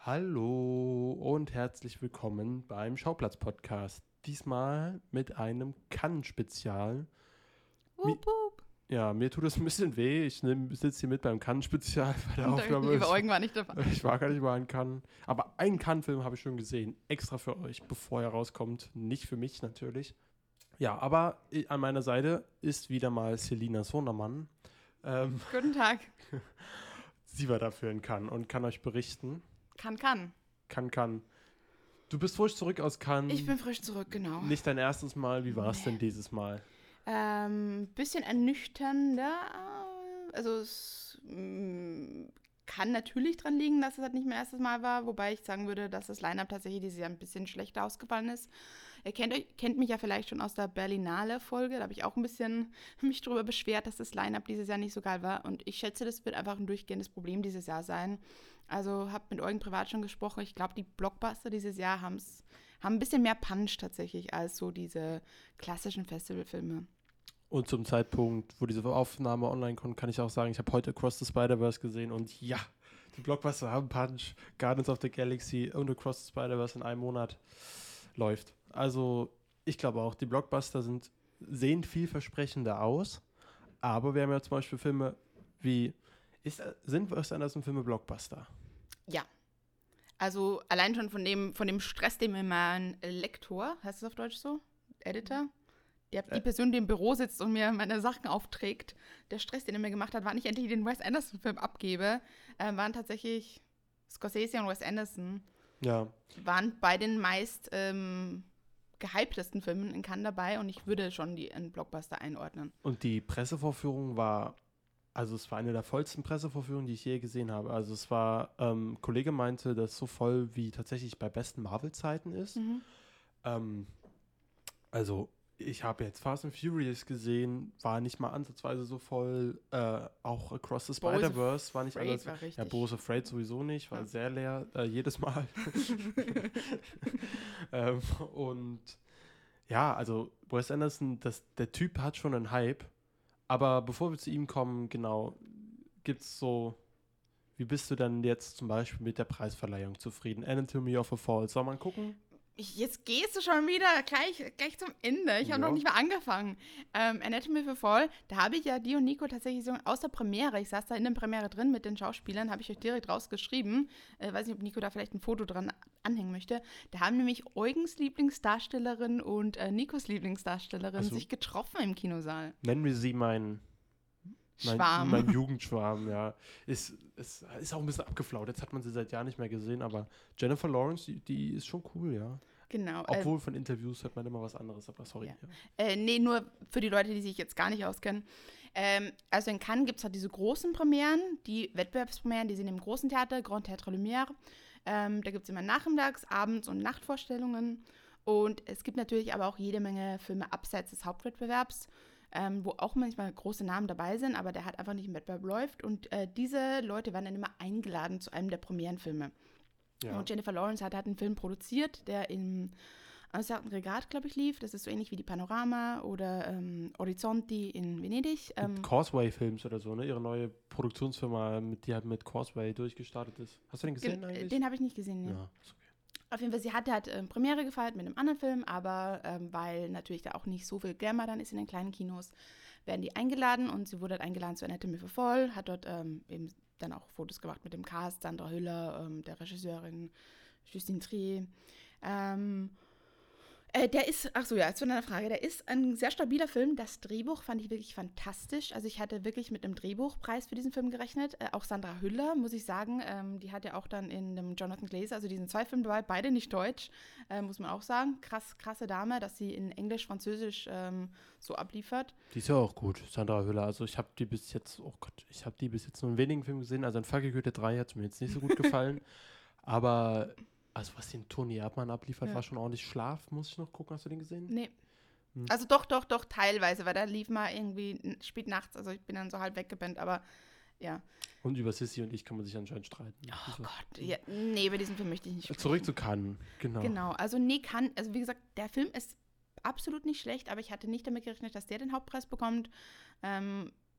Hallo und herzlich willkommen beim Schauplatz-Podcast. Diesmal mit einem Cannes-Spezial. Mi Wup, wup. ja, mir tut es ein bisschen weh. Ich sitze hier mit beim Cannes-Spezial bei der Und der Aufnahme. liebe Eugen war nicht dabei. Ich war gar nicht mal in Cannes. Aber einen Cannes-Film habe ich schon gesehen. Extra für euch, bevor er rauskommt. Nicht für mich natürlich. Ja, aber an meiner Seite ist wieder mal Selina Sohnermann. Ähm, Guten Tag. Sie war dafür in Cannes und kann euch berichten. Kann. Kann. Du bist frisch zurück aus Cannes. Ich bin frisch zurück, genau. Nicht dein erstes Mal. Wie war es denn dieses Mal? Bisschen ernüchternder. Also es kann natürlich dran liegen, dass es halt nicht mein erstes Mal war, wobei ich sagen würde, dass das Line-Up tatsächlich dieses Jahr ein bisschen schlechter ausgefallen ist. Ihr kennt mich ja vielleicht schon aus der Berlinale-Folge, da habe ich auch ein bisschen mich darüber beschwert, dass das Line-Up dieses Jahr nicht so geil war. Und ich schätze, das wird einfach ein durchgehendes Problem dieses Jahr sein. Also habe mit Eugen privat schon gesprochen. Ich glaube, die Blockbuster dieses Jahr haben ein bisschen mehr Punch tatsächlich als so diese klassischen Festivalfilme. Und zum Zeitpunkt, wo diese Aufnahme online kommt, kann ich auch sagen, ich habe heute Across the Spider-Verse gesehen und ja, die Blockbuster haben Punch. Guardians of the Galaxy und Across the Spider-Verse in einem Monat läuft. Also ich glaube auch, die Blockbuster sehen vielversprechender aus, aber wir haben ja zum Beispiel Filme wie, sind Wes Anderson-Filme Blockbuster? Ja. Also allein schon von dem Stress, den mir mein Lektor, heißt das auf Deutsch so? Editor? Die Person, die im Büro sitzt und mir meine Sachen aufträgt, der Stress, den er mir gemacht hat, wann ich endlich den Wes Anderson-Film abgebe, waren tatsächlich Scorsese und Wes Anderson. Ja. Waren bei den meist gehyptesten Filmen in Cannes dabei und ich würde schon die in Blockbuster einordnen. Und die Pressevorführung es war eine der vollsten Pressevorführungen, die ich je gesehen habe. Also es war, ein Kollege meinte, dass es so voll wie tatsächlich bei besten Marvel-Zeiten ist. Mhm. Also ich habe jetzt Fast and Furious gesehen, war nicht mal ansatzweise so voll. Auch Across the Spider-Verse war nicht anders. War richtig. Ja, Bo's Afraid sowieso nicht, war sehr leer, jedes Mal. Und ja, also Wes Anderson, der Typ hat schon einen Hype. Aber bevor wir zu ihm kommen, genau, gibt's so, wie bist du denn jetzt zum Beispiel mit der Preisverleihung zufrieden? Anatomy of a Fall, soll man gucken? Jetzt gehst du schon wieder gleich zum Ende. Ich habe Ja. noch nicht mal angefangen. Anatomy of a Fall, da habe ich ja die und Nico tatsächlich so aus der Premiere, ich saß da in der Premiere drin mit den Schauspielern, habe ich euch direkt rausgeschrieben. Weiß nicht, ob Nico da vielleicht ein Foto dran anhängen möchte. Da haben nämlich Eugens Lieblingsdarstellerin und Nikos Lieblingsdarstellerin sich getroffen im Kinosaal. Nennen wir sie mein Jugendschwarm, ja. Ist auch ein bisschen abgeflaut. Jetzt hat man sie seit Jahren nicht mehr gesehen, aber Jennifer Lawrence, die ist schon cool, ja. Genau. Obwohl von Interviews hört man immer was anderes, aber sorry. Ja. Nee, nur für die Leute, die sich jetzt gar nicht auskennen. Also in Cannes gibt es halt diese großen Premieren, die Wettbewerbspremieren, die sind im großen Theater, Grand Théâtre Lumière. Da gibt es immer Nachmittags-, Abends- und Nachtvorstellungen. Und es gibt natürlich aber auch jede Menge Filme abseits des Hauptwettbewerbs, wo auch manchmal große Namen dabei sind, aber der halt einfach nicht im Wettbewerb läuft. Und diese Leute werden dann immer eingeladen zu einem der Premierenfilme. Ja. Und Jennifer Lawrence hat einen Film produziert, der im Certain Regard, glaube ich, lief. Das ist so ähnlich wie die Panorama oder Orizzonti in Venedig. Causeway Films oder so, ne? Ihre neue Produktionsfirma, die halt mit Causeway durchgestartet ist. Hast du den gesehen eigentlich? Den habe ich nicht gesehen, ja. Ist okay. Auf jeden Fall, sie hatte halt Premiere gefeiert mit einem anderen Film, aber weil natürlich da auch nicht so viel Glamour dann ist in den kleinen Kinos, werden die eingeladen und sie wurde halt eingeladen zu Anatomy of a Fall, hat dort eben dann auch Fotos gemacht mit dem Cast, Sandra Hüller, der Regisseurin Justine Trier. Der ist, zu deiner Frage, der ist ein sehr stabiler Film. Das Drehbuch fand ich wirklich fantastisch. Also ich hatte wirklich mit einem Drehbuchpreis für diesen Film gerechnet. Auch Sandra Hüller, muss ich sagen, die hat ja auch dann in dem Jonathan Glazer, also diesen 2 Filme dabei, beide nicht deutsch, muss man auch sagen. Krasse Dame, dass sie in Englisch, Französisch so abliefert. Die ist ja auch gut, Sandra Hüller. Also ich habe die bis jetzt nur in wenigen Filmen gesehen. Also in Fucky Goethe 3 hat es mir jetzt nicht so gut gefallen. Aber also was den Toni Erdmann abliefert, war schon ordentlich Schlaf. Muss ich noch gucken, hast du den gesehen? Nee. Also doch, teilweise, weil da lief mal irgendwie spät nachts, also ich bin dann so halb weggepennt, aber ja. Und über Sissy und ich kann man sich anscheinend streiten. Oh Gott, ja, nee, über diesen Film möchte ich nicht sprechen. Zurück zu Cannes, genau. Genau, also Cannes, also wie gesagt, der Film ist absolut nicht schlecht, aber ich hatte nicht damit gerechnet, dass der den Hauptpreis bekommt.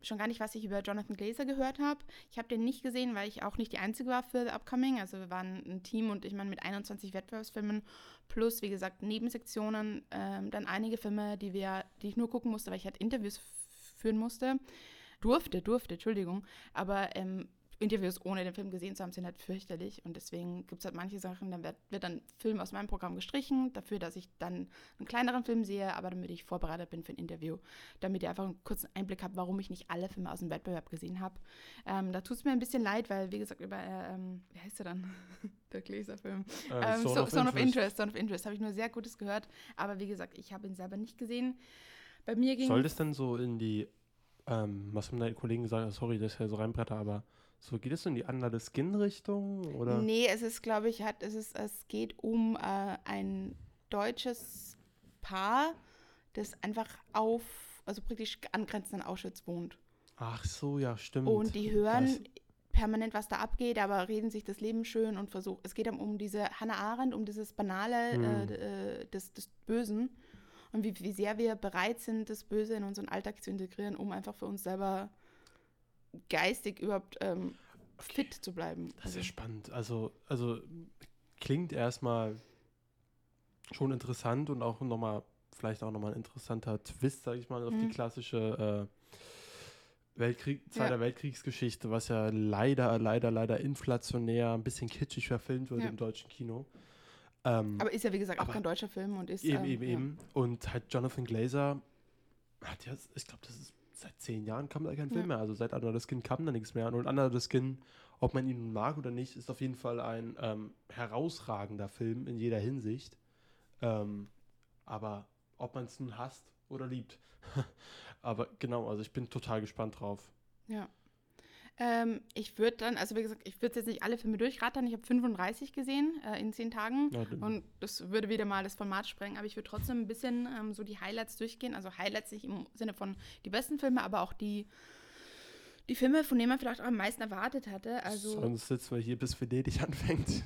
schon gar nicht, was ich über Jonathan Glazer gehört habe. Ich habe den nicht gesehen, weil ich auch nicht die Einzige war für The Upcoming. Also wir waren ein Team und ich meine mit 21 Wettbewerbsfilmen plus, wie gesagt, Nebensektionen. Dann einige Filme, die ich nur gucken musste, weil ich halt Interviews führen musste. Entschuldigung. Aber Interviews ohne den Film gesehen zu haben, sind halt fürchterlich. Und deswegen gibt es halt manche Sachen, dann wird dann Film aus meinem Programm gestrichen, dafür, dass ich dann einen kleineren Film sehe, aber damit ich vorbereitet bin für ein Interview. Damit ihr einfach einen kurzen Einblick habt, warum ich nicht alle Filme aus dem Wettbewerb gesehen habe. Da tut es mir ein bisschen leid, weil, wie gesagt, wie heißt der dann? Der Glazer-Film. Zone of Interest habe ich nur sehr Gutes gehört. Aber wie gesagt, ich habe ihn selber nicht gesehen. Bei mir ging Soll das denn so in die, was haben deine Kollegen gesagt, sorry, dass ich ja so reinbretter, aber so geht es so in die Under the Skin-Richtung, oder? Nee, es ist, glaube ich, es geht um ein deutsches Paar, das einfach also praktisch angrenzend an Auschwitz wohnt. Ach so, ja, stimmt. Und die hören permanent, was da abgeht, aber reden sich das Leben schön und versuchen, es geht um diese Hannah Arendt, um dieses Banale des Bösen und wie sehr wir bereit sind, das Böse in unseren Alltag zu integrieren, um einfach für uns selber geistig überhaupt fit zu bleiben. Das ist ja spannend. Also klingt erstmal schon interessant und auch vielleicht auch nochmal ein interessanter Twist, sage ich mal, auf die klassische Zweiter Weltkriegsgeschichte, was ja leider inflationär, ein bisschen kitschig verfilmt wird im deutschen Kino. Aber ist ja, wie gesagt, auch kein deutscher Film und ist... Eben. Und halt Jonathan Glazer hat ja, ich glaube, das ist seit 10 Jahren kam da kein Film mehr. Also seit Under the Skin kam da nichts mehr. Und Under the Skin, ob man ihn mag oder nicht, ist auf jeden Fall ein herausragender Film in jeder Hinsicht. Aber ob man es nun hasst oder liebt. Aber genau, also ich bin total gespannt drauf. Ja. Ich würde dann, also wie gesagt, ich würde jetzt nicht alle Filme durchrattern. Ich habe 35 gesehen in 10 Tagen. Ja, und das würde wieder mal das Format sprengen. Aber ich würde trotzdem ein bisschen so die Highlights durchgehen. Also Highlights nicht im Sinne von die besten Filme, aber auch die Filme, von denen man vielleicht auch am meisten erwartet hatte. Also sonst sitzen wir hier, bis Venedig anfängt.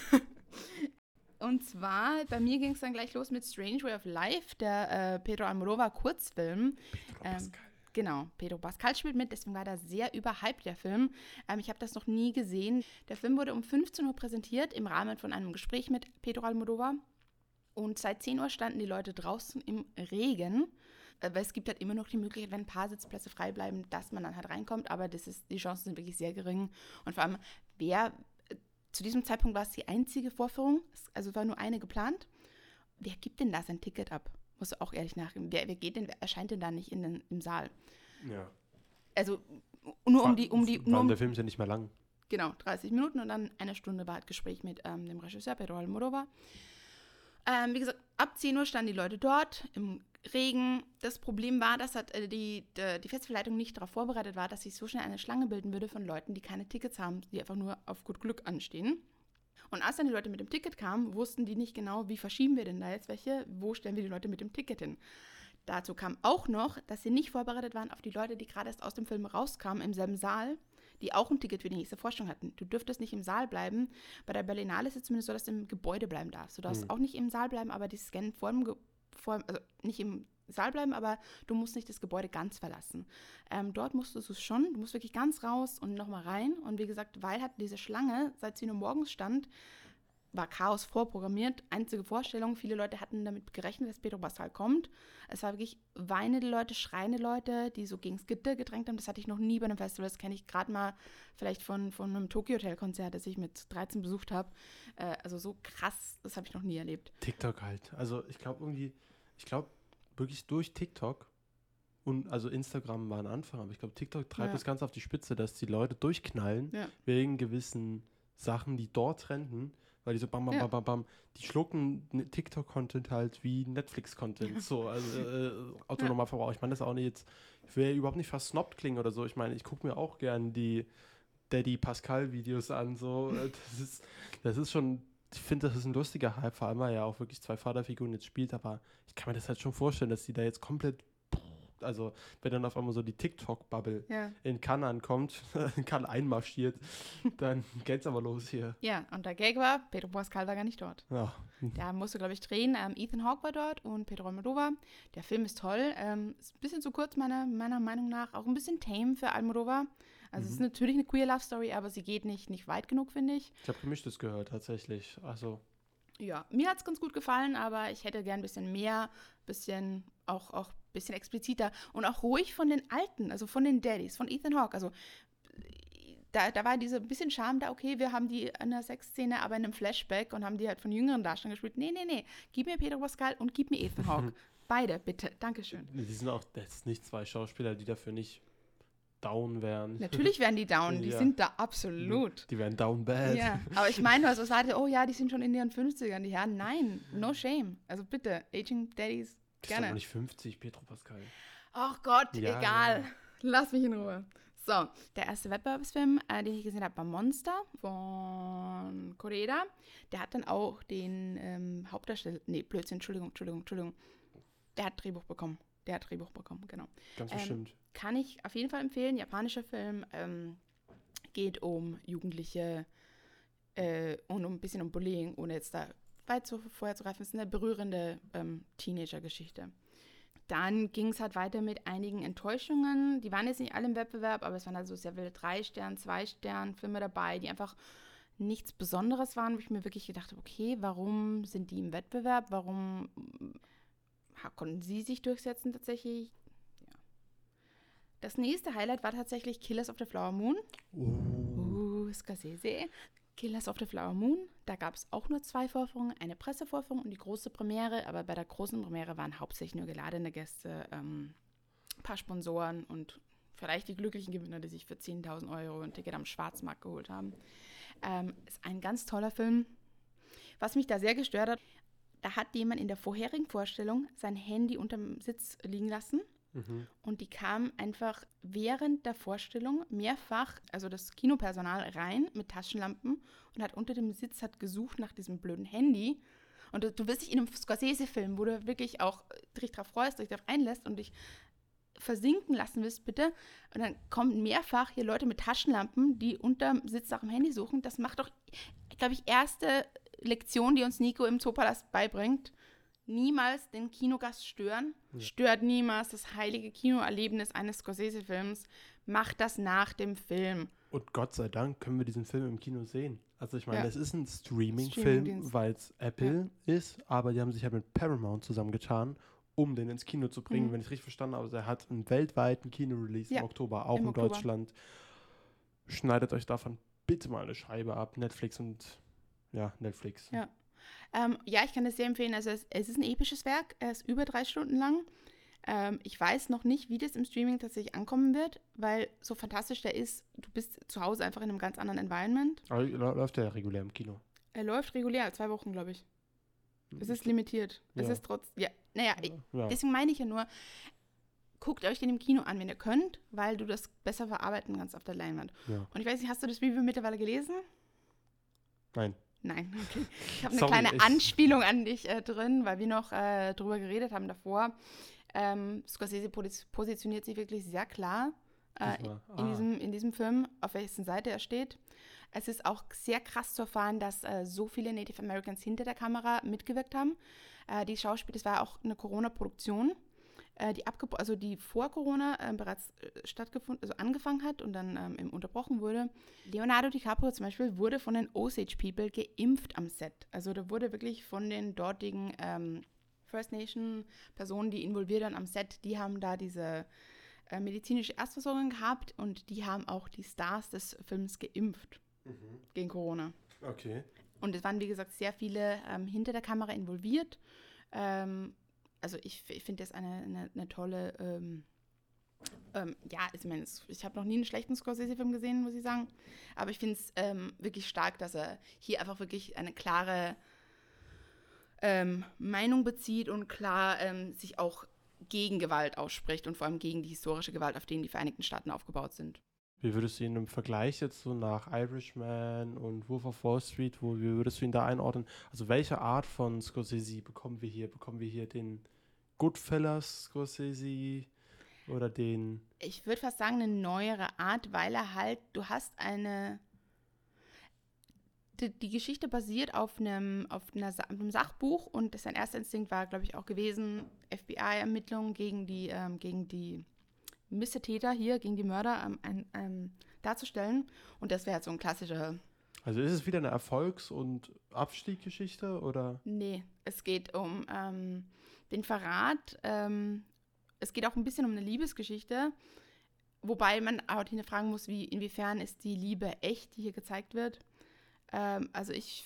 Und zwar, bei mir ging es dann gleich los mit Strange Way of Life, der Pedro Almodóvar Kurzfilm. Pedro Pascal. Genau, Pedro Pascal spielt mit, deswegen war das sehr überhyped, der Film. Ich habe das noch nie gesehen. Der Film wurde um 15 Uhr präsentiert im Rahmen von einem Gespräch mit Pedro Almodóvar. Und seit 10 Uhr standen die Leute draußen im Regen. Weil es gibt halt immer noch die Möglichkeit, wenn ein paar Sitzplätze frei bleiben, dass man dann halt reinkommt. Aber die Chancen sind wirklich sehr gering. Und vor allem, zu diesem Zeitpunkt war es die einzige Vorführung. Also war nur eine geplant. Wer gibt denn da sein Ticket ab? Musst du auch ehrlich nachgehen. Wer erscheint denn da nicht im Saal? Ja. Also der Film ist ja nicht mehr lang. Genau, 30 Minuten und dann eine Stunde war halt Gespräch mit dem Regisseur Pedro Almodóvar. Wie gesagt, ab 10 Uhr standen die Leute dort im Regen. Das Problem war, dass die Festivalleitung nicht darauf vorbereitet war, dass sich so schnell eine Schlange bilden würde von Leuten, die keine Tickets haben, die einfach nur auf gut Glück anstehen. Und als dann die Leute mit dem Ticket kamen, wussten die nicht genau, wie verschieben wir denn da jetzt welche, wo stellen wir die Leute mit dem Ticket hin. Dazu kam auch noch, dass sie nicht vorbereitet waren auf die Leute, die gerade erst aus dem Film rauskamen, im selben Saal, die auch ein Ticket für die nächste Vorstellung hatten. Du dürftest nicht im Saal bleiben. Bei der Berlinale ist es zumindest so, dass du im Gebäude bleiben darfst. Du darfst auch nicht im Saal bleiben, aber die Scannen also nicht im Saal bleiben, aber du musst nicht das Gebäude ganz verlassen. Dort musstest du es schon, du musst wirklich ganz raus und nochmal rein. Und wie gesagt, weil halt diese Schlange seit 10 Uhr morgens stand, war Chaos vorprogrammiert, einzige Vorstellung. Viele Leute hatten damit gerechnet, dass Pedro Pascal kommt. Es war wirklich weinende Leute, schreiende Leute, die so gegens Gitter gedrängt haben. Das hatte ich noch nie bei einem Festival. Das kenne ich gerade mal vielleicht von einem Tokyo Hotel Konzert, das ich mit 13 besucht habe. Also so krass, das habe ich noch nie erlebt. TikTok halt. Also ich glaube wirklich durch TikTok und also Instagram war ein Anfang, aber ich glaube TikTok treibt das Ganze auf die Spitze, dass die Leute durchknallen wegen gewissen Sachen, die dort trenden. Weil die so bam, die schlucken TikTok-Content halt wie Netflix-Content. So, also autonomer Verbrauch. Ich meine das auch nicht jetzt, ich will ja überhaupt nicht versnobbt klingen oder so. Ich meine, ich gucke mir auch gern die Daddy Pascal-Videos an. So. Das ist schon, ich finde, das ist ein lustiger Hype, vor allem weil er ja auch wirklich 2 Vaterfiguren jetzt spielt, aber ich kann mir das halt schon vorstellen, dass die da jetzt komplett Also, wenn dann auf einmal so die TikTok-Bubble Ja. in Cannes ankommt, in Cannes einmarschiert, dann geht's aber los hier. Ja, und der Gag war, Pedro Pascal war gar nicht dort. Ja. Der musste, glaube ich, drehen. Ethan Hawke war dort und Pedro Almodovar. Der Film ist toll. Ist ein bisschen zu kurz, meiner Meinung nach. Auch ein bisschen tame für Almodovar. Also es ist natürlich eine queer Love Story, aber sie geht nicht weit genug, finde ich. Ich habe Gemischtes gehört, tatsächlich. Also, Ja, mir hat es ganz gut gefallen, aber ich hätte gern ein bisschen mehr, auch ein bisschen expliziter und auch ruhig von den Alten, also von den Daddies, von Ethan Hawke. Also da war diese bisschen Charme da, okay, wir haben die in der Sexszene, aber in einem Flashback und haben die halt von jüngeren Darstellern gespielt. Nee, gib mir Pedro Pascal und gib mir Ethan Hawke. Beide, bitte. Dankeschön. die sind auch, das sind nicht zwei Schauspieler, die dafür nicht down wären. Natürlich werden die down, die Ja. sind da absolut. Die wären down bad. Ja, aber ich meine, was sagte, oh ja, die sind schon in ihren 50ern, die Herren. Nein, no shame. Also bitte, Aging Daddies, Die ist doch noch gerne. nicht 50, Pedro Pascal. Ach Gott, Ja, egal. ja. Lass mich in Ruhe. So, der erste Wettbewerbsfilm, den ich gesehen habe, war Monster von Koreeda. Der hat dann auch den Hauptdarsteller, nee, Blödsinn, Entschuldigung. Der hat Drehbuch bekommen, genau. Ganz bestimmt. Kann ich auf jeden Fall empfehlen. Japanischer Film, geht um Jugendliche und ein bisschen um Bullying, ohne jetzt da weit vorher zu greifen. Es ist eine berührende Teenager-Geschichte. Dann ging es halt weiter mit einigen Enttäuschungen. Die waren jetzt nicht alle im Wettbewerb, aber es waren also sehr viele 3-Stern-, 2-Stern-Filme dabei, die einfach nichts Besonderes waren, wo ich mir wirklich gedacht habe, okay, warum sind die im Wettbewerb? Warum konnten sie sich durchsetzen tatsächlich? Ja. Das nächste Highlight war tatsächlich Killers of the Flower Moon. Scorsese. Killers of the Flower Moon. Da gab es auch nur 2 Vorführungen, eine Pressevorführung und die große Premiere. Aber bei der großen Premiere waren hauptsächlich nur geladene Gäste, ein paar Sponsoren und vielleicht die glücklichen Gewinner, die sich für 10.000 € ein Ticket am Schwarzmarkt geholt haben. Ist ein ganz toller Film. Was mich da sehr gestört hat, da hat jemand in der vorherigen Vorstellung sein Handy unterm Sitz liegen lassen. Und die kam einfach während der Vorstellung mehrfach, also das Kinopersonal, rein mit Taschenlampen und hat unter dem Sitz gesucht nach diesem blöden Handy. Und du wirst dich in einem Scorsese-Film, wo du wirklich auch dich drauf freust, dich darauf einlässt und dich versinken lassen willst, bitte. Und dann kommen mehrfach hier Leute mit Taschenlampen, die unterm Sitz nach dem Handy suchen. Das macht doch, glaube ich, erste Lektion, die uns Nico im Zoopalast beibringt. Niemals den Kinogast stören. Ja. Stört niemals das heilige Kinoerlebnis eines Scorsese-Films. Macht das nach dem Film. Und Gott sei Dank können wir diesen Film im Kino sehen. Also ich meine, Ja. das ist ein Streaming-Film, weil es Apple ist, aber die haben sich halt mit Paramount zusammengetan, um den ins Kino zu bringen, wenn ich richtig verstanden habe. Also er hat einen weltweiten Kino-Release im Oktober, auch in Deutschland. Schneidet euch davon bitte mal eine Scheibe ab. Netflix. Ja. Ja, ich kann das sehr empfehlen. Also es ist ein episches Werk. Er ist über 3 Stunden lang. Ich weiß noch nicht, wie das im Streaming tatsächlich ankommen wird, weil so fantastisch der ist, du bist zu Hause einfach in einem ganz anderen Environment. Aber läuft der regulär im Kino? Er läuft regulär, 2 Wochen, glaube ich. Es ist limitiert. Es ist deswegen meine ich ja nur, guckt euch den im Kino an, wenn ihr könnt, weil du das besser verarbeiten kannst auf der Leinwand. Ja. Und ich weiß nicht, hast du das Review mittlerweile gelesen? Nein, okay. Ich habe eine kleine Anspielung an dich drin, weil wir noch drüber geredet haben davor. Scorsese positioniert sich wirklich sehr klar in diesem Film, auf welcher Seite er steht. Es ist auch sehr krass zu erfahren, dass so viele Native Americans hinter der Kamera mitgewirkt haben. Die Schauspieler, das war auch eine Corona-Produktion, die vor Corona bereits angefangen hat und dann unterbrochen wurde. Leonardo DiCaprio zum Beispiel wurde von den Osage People geimpft am Set. Also da wurde wirklich von den dortigen First Nation Personen, die involviert waren am Set, die haben da diese medizinische Erstversorgung gehabt und die haben auch die Stars des Films geimpft gegen Corona. Okay. Und es waren, wie gesagt, sehr viele hinter der Kamera involviert. Also ich finde das eine tolle, ich habe noch nie einen schlechten Scorsese-Film gesehen, muss ich sagen. Aber ich finde es wirklich stark, dass er hier einfach wirklich eine klare Meinung bezieht und klar sich auch gegen Gewalt ausspricht und vor allem gegen die historische Gewalt, auf denen die Vereinigten Staaten aufgebaut sind. Wie würdest du ihn im Vergleich jetzt so nach Irishman und Wolf of Wall Street, wie würdest du ihn da einordnen? Also welche Art von Scorsese bekommen wir hier? Bekommen wir hier den Goodfellas Scorsese? oder den... Ich würde fast sagen, eine neuere Art, weil du hast die Geschichte basiert auf einem Sachbuch und sein erster Instinkt war, glaube ich, auch gewesen, FBI-Ermittlungen gegen die Missetäter hier, gegen die Mörder darzustellen. Und das wäre halt so ein klassischer... Also ist es wieder eine Erfolgs- und Abstiegsgeschichte, oder? Nee, es geht um den Verrat. Es geht auch ein bisschen um eine Liebesgeschichte, wobei man auch hinterfragen muss, inwiefern ist die Liebe echt, die hier gezeigt wird. Also ich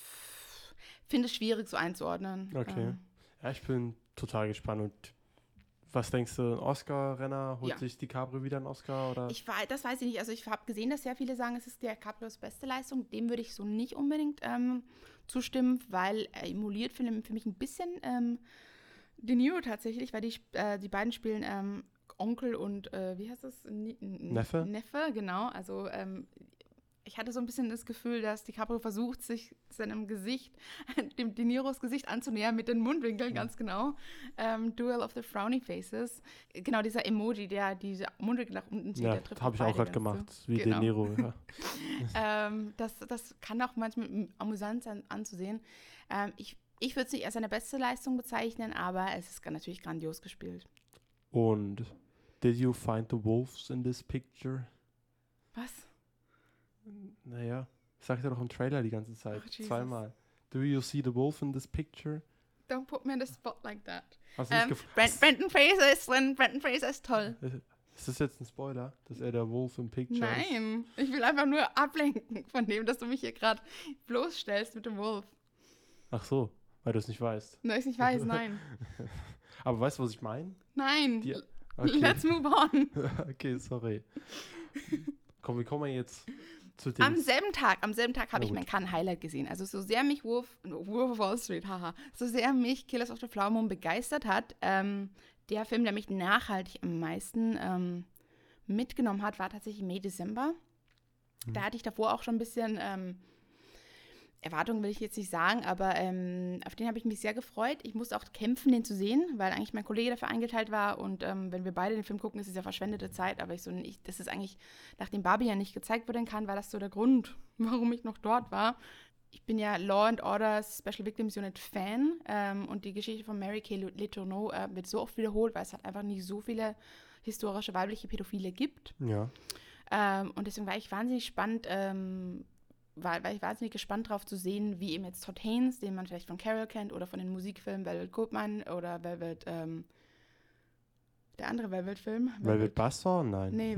finde es schwierig so einzuordnen. Okay. Ja, ich bin total gespannt. Und was denkst du, ein Oscar-Renner? Holt Ja. sich DiCaprio wieder einen Oscar? Oder? Das weiß ich nicht. Also ich habe gesehen, dass sehr viele sagen, es ist DiCaprios beste Leistung. Dem würde ich so nicht unbedingt zustimmen, weil er emuliert für mich ein bisschen De Niro tatsächlich, weil die beiden spielen Onkel und, wie heißt das? Neffe? Neffe, genau. Also ich hatte so ein bisschen das Gefühl, dass DiCaprio versucht, sich seinem Gesicht, dem De Niros Gesicht anzunähern mit den Mundwinkeln, ganz genau. Duel of the Frowny Faces. Genau, dieser Emoji, der diese Mundwinkel nach unten zieht. Ja, der habe ich auch gerade gemacht, wie Genau. De Niro. Ja. Das kann auch manchmal amüsant sein anzusehen. Ich würde es nicht als seine beste Leistung bezeichnen, aber es ist natürlich grandios gespielt. Und did you find the wolves in this picture? Was? Naja, ich sagte doch im Trailer die ganze Zeit. Oh, Jesus. Zweimal. Do you see the wolf in this picture? Don't put me on the spot like that. Hast du nicht Brendan Fraser ist drin. Brendan Fraser ist toll. Ist das jetzt ein Spoiler, dass er der Wolf im Picture ist? Nein, ich will einfach nur ablenken von dem, dass du mich hier gerade bloßstellst mit dem Wolf. Ach so, weil du es nicht weißt. Nein, ich nicht weiß, nein. Aber weißt du, was ich meine? Nein. Okay. Let's move on. Okay, sorry. Komm, wie kommen wir jetzt zu dem... Am selben Tag habe ich gut. mein Cannes-Highlight gesehen. Also so sehr mich Wolf of Wall Street, haha, so sehr mich Killers of the Flower Moon begeistert hat, der Film, der mich nachhaltig am meisten mitgenommen hat, war tatsächlich Mai, Dezember. Da hatte ich davor auch schon ein bisschen Erwartungen, will ich jetzt nicht sagen, aber auf den habe ich mich sehr gefreut. Ich musste auch kämpfen, den zu sehen, weil eigentlich mein Kollege dafür eingeteilt war und wenn wir beide den Film gucken, ist es ja verschwendete Zeit, aber das ist eigentlich, nachdem Barbie ja nicht gezeigt werden kann, war das so der Grund, warum ich noch dort war. Ich bin ja Law and Order Special Victims Unit Fan und die Geschichte von Mary Kay Letourneau wird so oft wiederholt, weil es halt einfach nicht so viele historische weibliche Pädophile gibt. Ja. Und deswegen war ich wahnsinnig spannend, war ich wahnsinnig gespannt drauf zu sehen, wie eben jetzt Todd Haynes, den man vielleicht von Carol kennt oder von den Musikfilmen Velvet Goldmine oder Velvet, der andere Velvet-Film. Velvet Buzzsaw? Nein. Nee,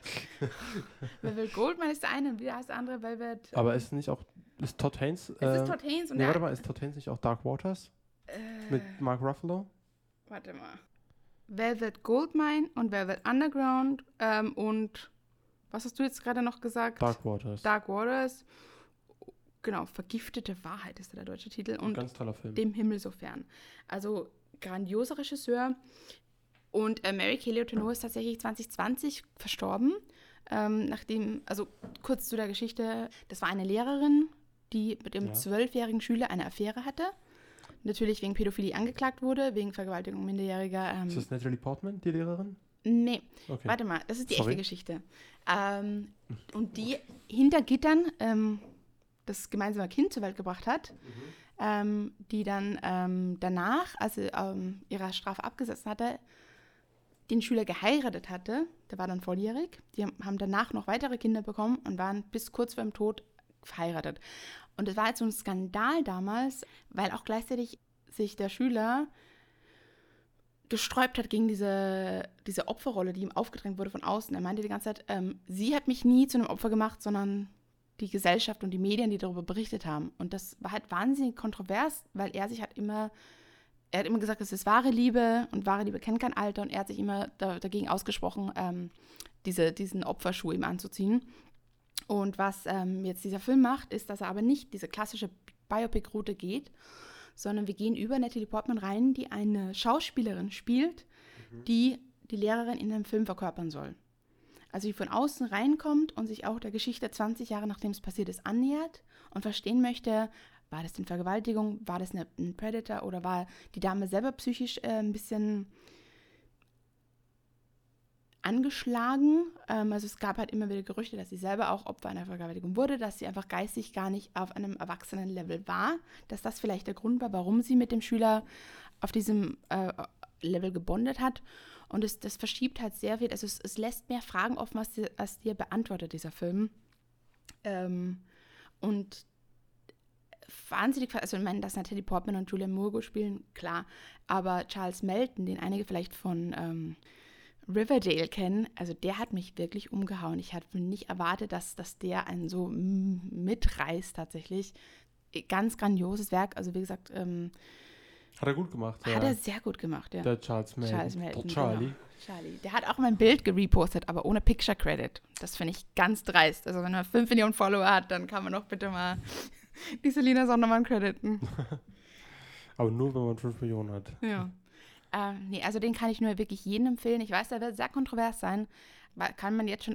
Velvet Goldmine ist der eine und wie heißt der andere? Velvet. Aber ist nicht auch, ist Todd Haynes? Es ist Todd Haynes und nee, warte mal, ist Todd Haynes nicht auch Dark Waters? Mit Mark Ruffalo? Warte mal. Velvet Goldmine und Velvet Underground und was hast du jetzt gerade noch gesagt? Dark Waters. Dark Waters. Genau, Vergiftete Wahrheit ist der deutsche Titel. Und ganz toller Film. Dem Himmel so fern. Also grandioser Regisseur. Und Mary Kay Letourneau ist tatsächlich 2020 verstorben. Also kurz zu der Geschichte. Das war eine Lehrerin, die mit ihrem 12-jährigen Schüler eine Affäre hatte. Natürlich wegen Pädophilie angeklagt wurde, wegen Vergewaltigung Minderjähriger. Ist das Natalie Portman, die Lehrerin? Nee, Okay. Warte mal, das ist die echte Geschichte. Und die hinter Gittern das gemeinsame Kind zur Welt gebracht hat, die dann danach, als sie ihre Strafe abgesessen hatte, den Schüler geheiratet hatte. Der war dann volljährig. Die haben danach noch weitere Kinder bekommen und waren bis kurz vor dem Tod verheiratet. Und das war jetzt so ein Skandal damals, weil auch gleichzeitig sich der Schüler gesträubt hat gegen diese Opferrolle, die ihm aufgedrängt wurde von außen. Er meinte die ganze Zeit, sie hat mich nie zu einem Opfer gemacht, sondern die Gesellschaft und die Medien, die darüber berichtet haben. Und das war halt wahnsinnig kontrovers, weil er hat immer gesagt, es ist wahre Liebe und wahre Liebe kennt kein Alter und er hat sich immer dagegen ausgesprochen, diesen Opferschuh ihm anzuziehen. Und was jetzt dieser Film macht, ist, dass er aber nicht diese klassische Biopic-Route geht, sondern wir gehen über Natalie Portman rein, die eine Schauspielerin spielt, die die Lehrerin in einem Film verkörpern soll. Also die von außen reinkommt und sich auch der Geschichte 20 Jahre nachdem es passiert ist annähert und verstehen möchte, war das denn Vergewaltigung, war das ein Predator oder war die Dame selber psychisch ein bisschen angeschlagen. Also es gab halt immer wieder Gerüchte, dass sie selber auch Opfer einer Vergewaltigung wurde, dass sie einfach geistig gar nicht auf einem Erwachsenenlevel war, dass das vielleicht der Grund war, warum sie mit dem Schüler auf diesem Level gebondet hat. Und das verschiebt halt sehr viel, also es lässt mehr Fragen offen, als dir beantwortet, dieser Film. Und wahnsinnig, also ich meine, dass Natalie Portman und Julianne Moore spielen, klar, aber Charles Melton, den einige vielleicht von Riverdale kennen, also der hat mich wirklich umgehauen. Ich hatte nicht erwartet, dass der einen so mitreißt tatsächlich. Ganz grandioses Werk, also wie gesagt, Hat er gut gemacht, hat er sehr gut gemacht, ja. Der Charles Melton. Charles Melton, Charlie. genau. Charlie. Der hat auch mein Bild gerepostet, aber ohne Picture Credit. Das finde ich ganz dreist. Also wenn er 5 Millionen Follower hat, dann kann man doch bitte mal die Selina Sondermann crediten. Aber nur, wenn man 5 Millionen hat. Ja. Nee, also den kann ich nur wirklich jedem empfehlen. Ich weiß, der wird sehr kontrovers sein. Kann man jetzt schon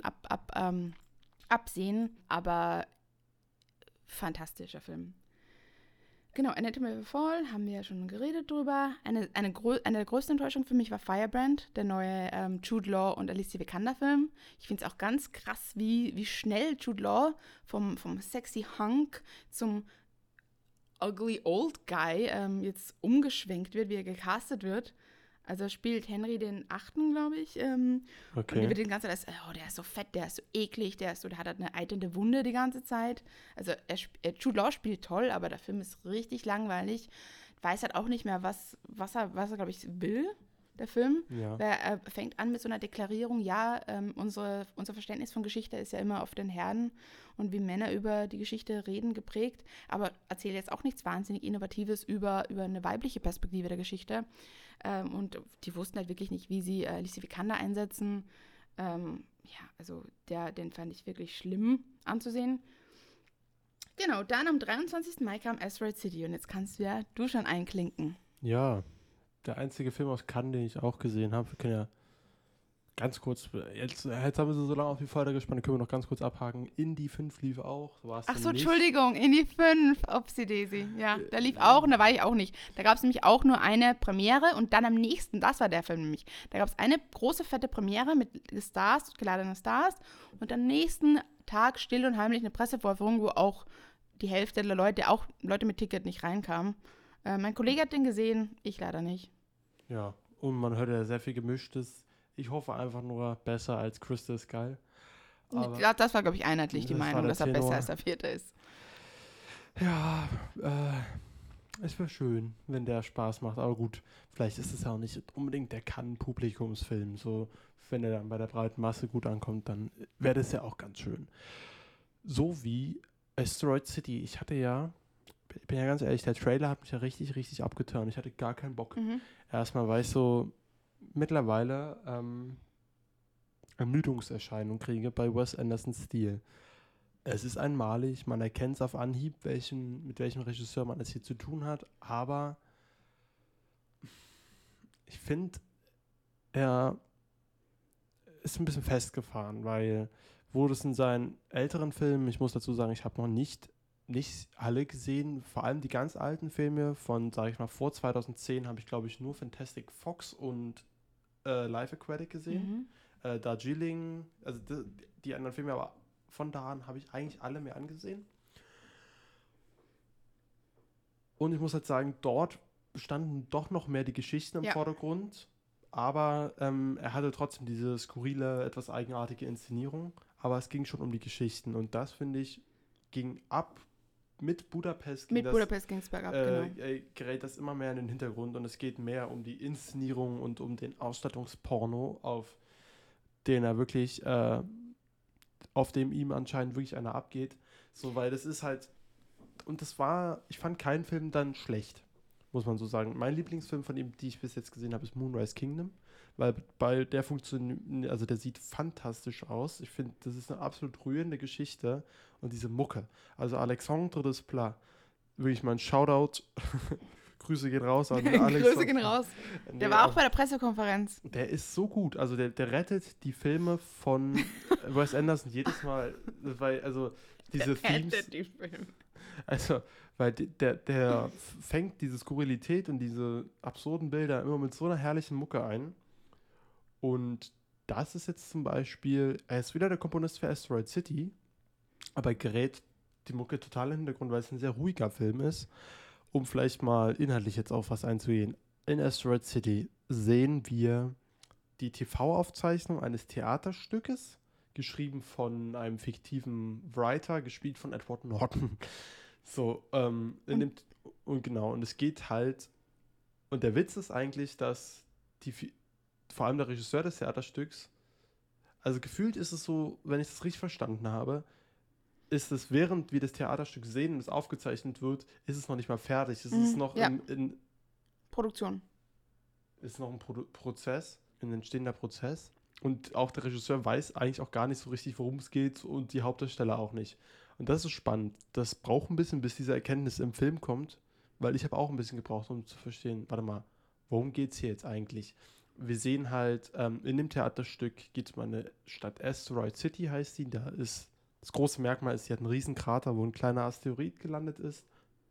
absehen. Aber fantastischer Film. Genau, Anatomy of a Fall, haben wir ja schon geredet drüber. Eine der größten Enttäuschungen für mich war Firebrand, der neue Jude Law und Alicia Vikander-Film. Ich finde es auch ganz krass, wie schnell Jude Law vom sexy Hunk zum ugly old guy jetzt umgeschwenkt wird, wie er gecastet wird. Also er spielt Henry den 8., glaube ich. Okay. Und der wird die ganze Zeit als, der ist so fett, der ist so eklig, der hat halt eine eiternde Wunde die ganze Zeit. Also Jude Law spielt toll, aber der Film ist richtig langweilig. Weiß halt auch nicht mehr, was er glaube ich, will, der Film. Ja. Er fängt an mit so einer Deklarierung, ja, unser Verständnis von Geschichte ist ja immer auf den Herren und wie Männer über die Geschichte reden geprägt, aber erzähle jetzt auch nichts wahnsinnig Innovatives über eine weibliche Perspektive der Geschichte. Und die wussten halt wirklich nicht, wie sie Alicia Vikander einsetzen. Also den fand ich wirklich schlimm anzusehen. Genau, dann am 23. Mai kam Asteroid City und jetzt kannst du schon einklinken. Ja, der einzige Film aus Cannes, den ich auch gesehen habe. Wir können ja ganz kurz, jetzt haben wir so lange auf die Folter gespannt, können wir noch ganz kurz abhaken. Indie 5 lief auch. Ach so, Entschuldigung, Indie 5, Upsi Daisy. Ja, da lief auch und da war ich auch nicht. Da gab es nämlich auch nur eine Premiere und dann am nächsten, das war der Film nämlich, da gab es eine große, fette Premiere mit Stars, geladenen Stars und am nächsten Tag still und heimlich eine Pressevorführung, wo auch die Hälfte der Leute, auch Leute mit Ticket, nicht reinkamen. Mein Kollege hat den gesehen, ich leider nicht. Ja, und man hört ja sehr viel Gemischtes. Ich hoffe einfach nur besser als Crystal Skull. Aber das war, glaube ich, einheitlich die Meinung, dass er besser als der 4. ist. Ja, es wäre schön, wenn der Spaß macht. Aber gut, vielleicht ist es ja auch nicht unbedingt der Cannes-Publikumsfilm. So, wenn er dann bei der breiten Masse gut ankommt, dann wäre das ja auch ganz schön. So wie Asteroid City. Ich bin ja ganz ehrlich, der Trailer hat mich ja richtig, richtig abgeturnt. Ich hatte gar keinen Bock. Erstmal, weil ich so mittlerweile Ermüdungserscheinungen kriege bei Wes Andersons Stil. Es ist einmalig, man erkennt es auf Anhieb, mit welchem Regisseur man es hier zu tun hat, aber ich finde, er ist ein bisschen festgefahren, weil wurde es in seinen älteren Filmen, ich muss dazu sagen, ich habe noch nicht alle gesehen, vor allem die ganz alten Filme von, sage ich mal, vor 2010 habe ich, glaube ich, nur Fantastic Fox und Life Aquatic gesehen. Darjeeling, also die anderen Filme, aber von da an habe ich eigentlich alle mehr angesehen. Und ich muss halt sagen, dort standen doch noch mehr die Geschichten im Vordergrund, aber er hatte trotzdem diese skurrile, etwas eigenartige Inszenierung, aber es ging schon um die Geschichten und das, finde ich, ging ab. Mit Budapest ging es bergab, genau. Gerät das immer mehr in den Hintergrund und es geht mehr um die Inszenierung und um den Ausstattungsporno, auf den er wirklich, auf dem ihm anscheinend wirklich einer abgeht. So, weil das ist halt, und ich fand keinen Film dann schlecht, muss man so sagen. Mein Lieblingsfilm von ihm, die ich bis jetzt gesehen habe, ist Moonrise Kingdom, weil der funktioniert, also der sieht fantastisch aus. Ich finde, das ist eine absolut rührende Geschichte und diese Mucke. Also Alexandre Desplat, wirklich mal ein Shoutout. Grüße gehen raus an Alex. Grüße gehen raus. Der war auch bei der Pressekonferenz. Der ist so gut. Also der rettet die Filme von Wes Anderson jedes Mal. Weil, also diese Themes. Rettet die Filme. Also, weil der fängt diese Skurrilität und diese absurden Bilder immer mit so einer herrlichen Mucke ein. Und das ist jetzt zum Beispiel, er ist wieder der Komponist für Asteroid City, aber gerät die Mucke total in den Hintergrund, weil es ein sehr ruhiger Film ist. Um vielleicht mal inhaltlich jetzt auf was einzugehen. In Asteroid City sehen wir die TV-Aufzeichnung eines Theaterstückes, geschrieben von einem fiktiven Writer, gespielt von Edward Norton. So, und es geht halt, und der Witz ist eigentlich, dass vor allem der Regisseur des Theaterstücks, also gefühlt ist es so, wenn ich das richtig verstanden habe, ist es, während wir das Theaterstück sehen und es aufgezeichnet wird, ist es noch nicht mal fertig. Es ist noch Ja. Produktion. Ist noch ein Prozess, ein entstehender Prozess. Und auch der Regisseur weiß eigentlich auch gar nicht so richtig, worum es geht und die Hauptdarsteller auch nicht. Und das ist spannend. Das braucht ein bisschen, bis diese Erkenntnis im Film kommt, weil ich habe auch ein bisschen gebraucht, um zu verstehen, warte mal, worum geht es hier jetzt eigentlich? Wir sehen halt, in dem Theaterstück geht es um eine Stadt Asteroid City, heißt die. Da ist das große Merkmal ist, sie hat einen riesen Krater, wo ein kleiner Asteroid gelandet ist.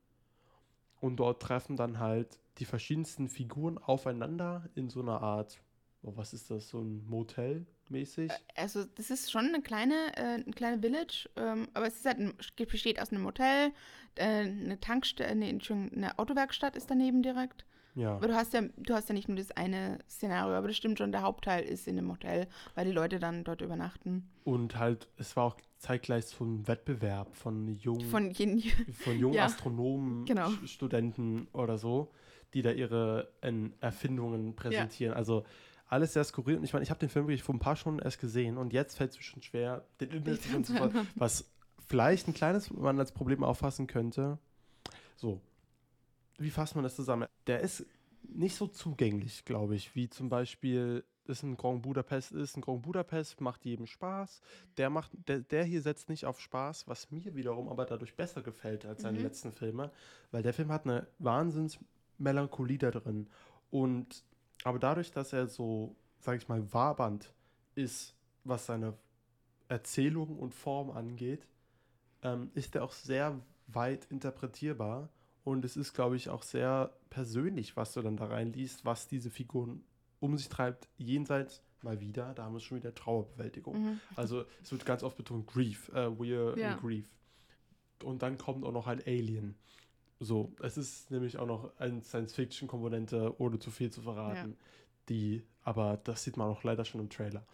Und dort treffen dann halt die verschiedensten Figuren aufeinander in so einer Art, oh, was ist das, so ein Motel mäßig? Also das ist schon eine kleine Village, aber es ist halt besteht aus einem Hotel, eine Tankstelle, eine Autowerkstatt ist daneben direkt. Ja. Aber du hast ja nicht nur das eine Szenario, aber das stimmt schon, der Hauptteil ist in einem Hotel, weil die Leute dann dort übernachten. Und halt, es war auch zeitgleich so ein Wettbewerb von jungen Ja, Astronomen, genau. Studenten oder so, die da ihre Erfindungen präsentieren. Also alles sehr skurril. Und ich meine, ich habe den Film wirklich vor ein paar Stunden erst gesehen und jetzt fällt es mir schon schwer, den Inhalt zu was vielleicht ein kleines man als Problem auffassen könnte. So, wie fasst man das zusammen? Der ist nicht so zugänglich, glaube ich, wie zum Beispiel es ein Grand Budapest ist. Ein Grand Budapest macht jedem Spaß. Der hier setzt nicht auf Spaß, was mir wiederum aber dadurch besser gefällt als seine letzten Filme, weil der Film hat eine Wahnsinnsmelancholie da drin. Aber dadurch, dass er so, sag ich mal, wabernd ist, was seine Erzählung und Form angeht, ist er auch sehr weit interpretierbar. Und es ist, glaube ich, auch sehr persönlich, was du dann da reinliest, was diese Figuren um sich treibt, jenseits mal wieder, da haben wir schon wieder Trauerbewältigung. Also es wird ganz oft betont, Grief, we're in Grief. Und dann kommt auch noch ein Alien. So, es ist nämlich auch noch eine Science-Fiction-Komponente, ohne zu viel zu verraten. Aber das sieht man auch leider schon im Trailer.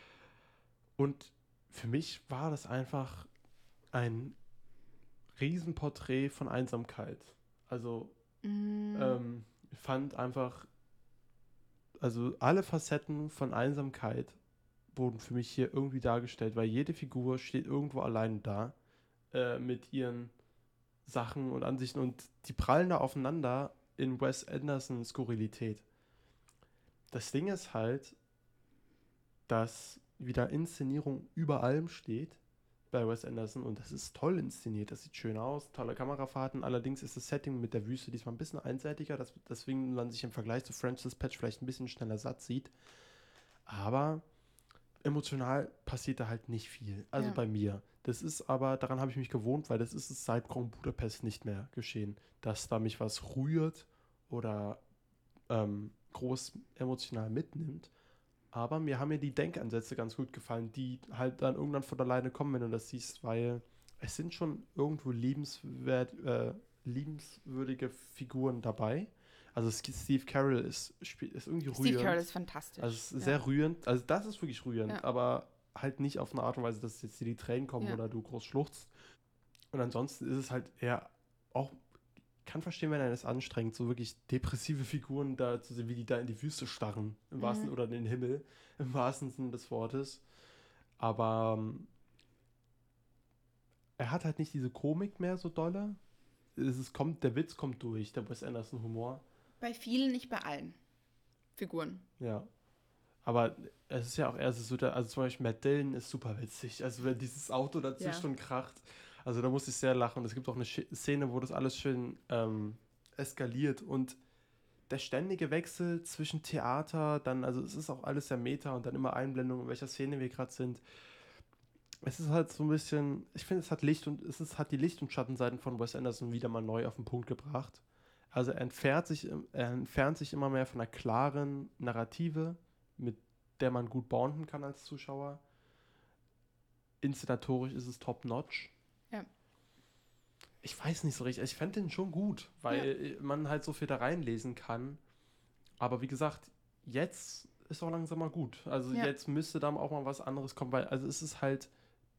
Und für mich war das einfach ein Riesenporträt von Einsamkeit. Also, ich fand einfach, also alle Facetten von Einsamkeit wurden für mich hier irgendwie dargestellt, weil jede Figur steht irgendwo allein da, mit ihren Sachen und Ansichten und die prallen da aufeinander in Wes Andersons Skurrilität. Das Ding ist halt, dass wieder Inszenierung über allem steht bei Wes Anderson und das ist toll inszeniert, das sieht schön aus, tolle Kamerafahrten, allerdings ist das Setting mit der Wüste diesmal ein bisschen einseitiger, deswegen man sich im Vergleich zu French Dispatch vielleicht ein bisschen schneller satt sieht, aber emotional passiert da halt nicht viel, also bei mir. Das ist aber, daran habe ich mich gewohnt, weil das ist es seit Grand Budapest nicht mehr geschehen, dass da mich was rührt oder groß emotional mitnimmt. Aber mir haben die Denkansätze ganz gut gefallen, die halt dann irgendwann von alleine kommen, wenn du das siehst, weil es sind schon irgendwo liebenswürdige Figuren dabei. Also Steve Carell ist irgendwie rührend. Steve Carell ist fantastisch. Also es ist sehr rührend. Also das ist wirklich rührend, aber halt nicht auf eine Art und Weise, dass jetzt dir die Tränen kommen oder du groß schluchzt. Und ansonsten ist es halt eher auch, kann verstehen, wenn er es anstrengt, so wirklich depressive Figuren da zu sehen, wie die da in die Wüste starren, im wahrsten oder in den Himmel, im wahrsten Sinne des Wortes. Aber er hat halt nicht diese Komik mehr so dolle. Der Witz kommt durch, der Wes Anderson Humor. Bei vielen, nicht bei allen Figuren. Ja. Aber es ist ja auch eher so, also zum Beispiel Matt Dillon ist super witzig. Also wenn dieses Auto da zischt und kracht, also da muss ich sehr lachen. Und es gibt auch eine Szene, wo das alles schön eskaliert und der ständige Wechsel zwischen Theater, dann, also es ist auch alles sehr Meta und dann immer Einblendungen, in welcher Szene wir gerade sind. Es ist halt so ein bisschen, ich finde, es hat die Licht- und Schattenseiten von Wes Anderson wieder mal neu auf den Punkt gebracht. Also er entfernt sich immer mehr von einer klaren Narrative mit der man gut bonden kann als Zuschauer. Inszenatorisch ist es top-notch. Ja. Ich weiß nicht so richtig. Ich fände den schon gut, weil man halt so viel da reinlesen kann. Aber wie gesagt, jetzt ist auch langsam mal gut. Also jetzt müsste da auch mal was anderes kommen, weil also es ist halt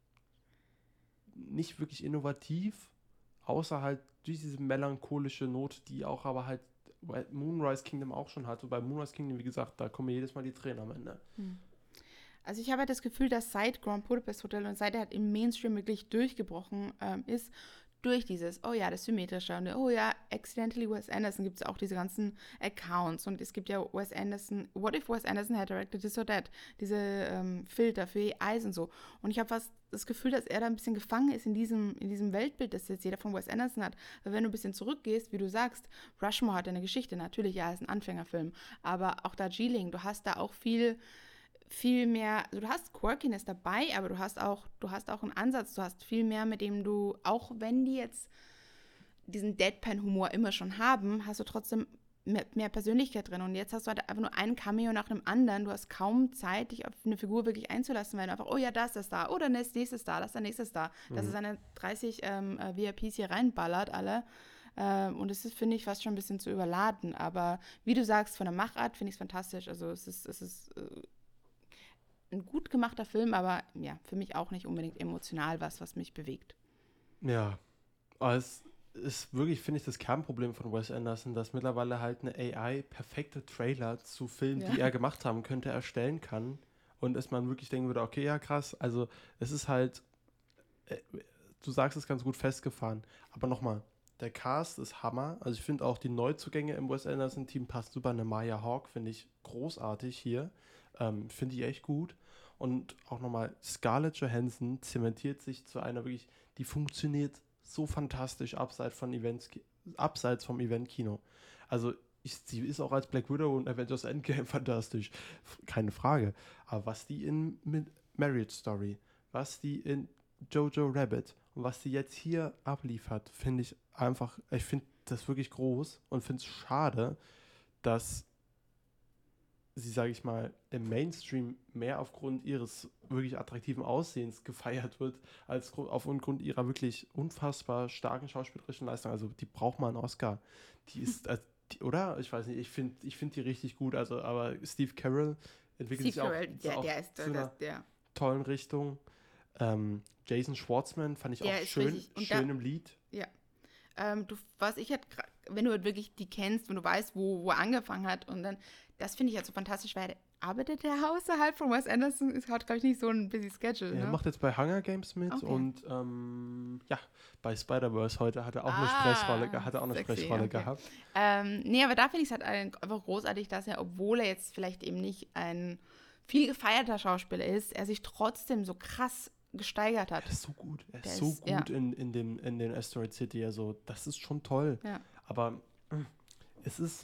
nicht wirklich innovativ, außer halt durch diese melancholische Note, die auch aber halt Moonrise Kingdom auch schon hat. Und bei Moonrise Kingdom, wie gesagt, da kommen mir jedes Mal die Tränen am Ende. Also ich habe halt das Gefühl, dass seit Grand Budapest Hotel und seit er halt im Mainstream wirklich durchgebrochen ist, durch dieses, oh ja, das Symmetrische und oh ja, Accidentally Wes Anderson, gibt es auch diese ganzen Accounts und es gibt ja Wes Anderson, What if Wes Anderson had directed this or that, diese Filter für AIs und so. Und ich habe fast das Gefühl, dass er da ein bisschen gefangen ist in diesem Weltbild, das jetzt jeder von Wes Anderson hat. Weil wenn du ein bisschen zurückgehst, wie du sagst, Rushmore hat eine Geschichte, natürlich, ja, ist ein Anfängerfilm, aber auch Darjeeling, du hast da auch viel mehr, also du hast Quirkiness dabei, aber du hast auch einen Ansatz, du hast viel mehr, mit dem du, auch wenn die jetzt diesen Deadpan-Humor immer schon haben, hast du trotzdem mehr Persönlichkeit drin. Und jetzt hast du halt einfach nur ein Cameo nach dem anderen. Du hast kaum Zeit, dich auf eine Figur wirklich einzulassen, weil du einfach, oh ja, das ist da, oder das nächste ist da, das ist der nächste ist da. Dass es seine 30 VIPs hier reinballert, alle. Und es ist, finde ich, fast schon ein bisschen zu überladen. Aber wie du sagst, von der Machart finde ich es fantastisch. Also es ist ein gut gemachter Film, aber ja, für mich auch nicht unbedingt emotional was mich bewegt. Ja, aber es ist wirklich, finde ich, das Kernproblem von Wes Anderson, dass mittlerweile halt eine AI perfekte Trailer zu Filmen, die er gemacht haben könnte, erstellen kann. Und dass man wirklich denken würde, okay, ja krass, also es ist halt, du sagst es ganz gut festgefahren, aber nochmal, der Cast ist Hammer. Also ich finde auch die Neuzugänge im Wes Anderson-Team passt super. Eine Maya Hawke finde ich großartig hier. Finde ich echt gut. Und auch nochmal, Scarlett Johansson zementiert sich zu einer wirklich, die funktioniert so fantastisch abseits vom Event-Kino. Also sie ist auch als Black Widow und Avengers Endgame fantastisch. Keine Frage. Aber was die in Marriage Story, was die in Jojo Rabbit und was die jetzt hier abliefert, finde ich einfach, ich finde das wirklich groß und finde es schade, dass sie, sage ich mal, im Mainstream mehr aufgrund ihres wirklich attraktiven Aussehens gefeiert wird, als aufgrund ihrer wirklich unfassbar starken schauspielerischen Leistung. Also die braucht mal einen Oscar. Die ist, oder? Ich weiß nicht, ich find die richtig gut. Also, aber Steve Carell entwickelt sich auch zu einer tollen Richtung. Jason Schwartzman fand ich auch schön im Lied. Ja. Was ich halt, wenn du halt wirklich die kennst, wenn du weißt, wo er angefangen hat und dann, das finde ich halt so fantastisch, weil arbeitet der außerhalb von Wes Anderson, hat, glaube ich, nicht so ein busy Schedule. Er macht jetzt bei Hunger Games mit und bei Spider-Verse heute hat er auch eine Sprechrolle, gehabt. Nee, aber da finde ich es halt einfach großartig, dass er, obwohl er jetzt vielleicht eben nicht ein viel gefeierter Schauspieler ist, er sich trotzdem so krass gesteigert hat. Er ist so gut. Er ist so gut in den Asteroid City. Also, das ist schon toll. Ja. Aber es ist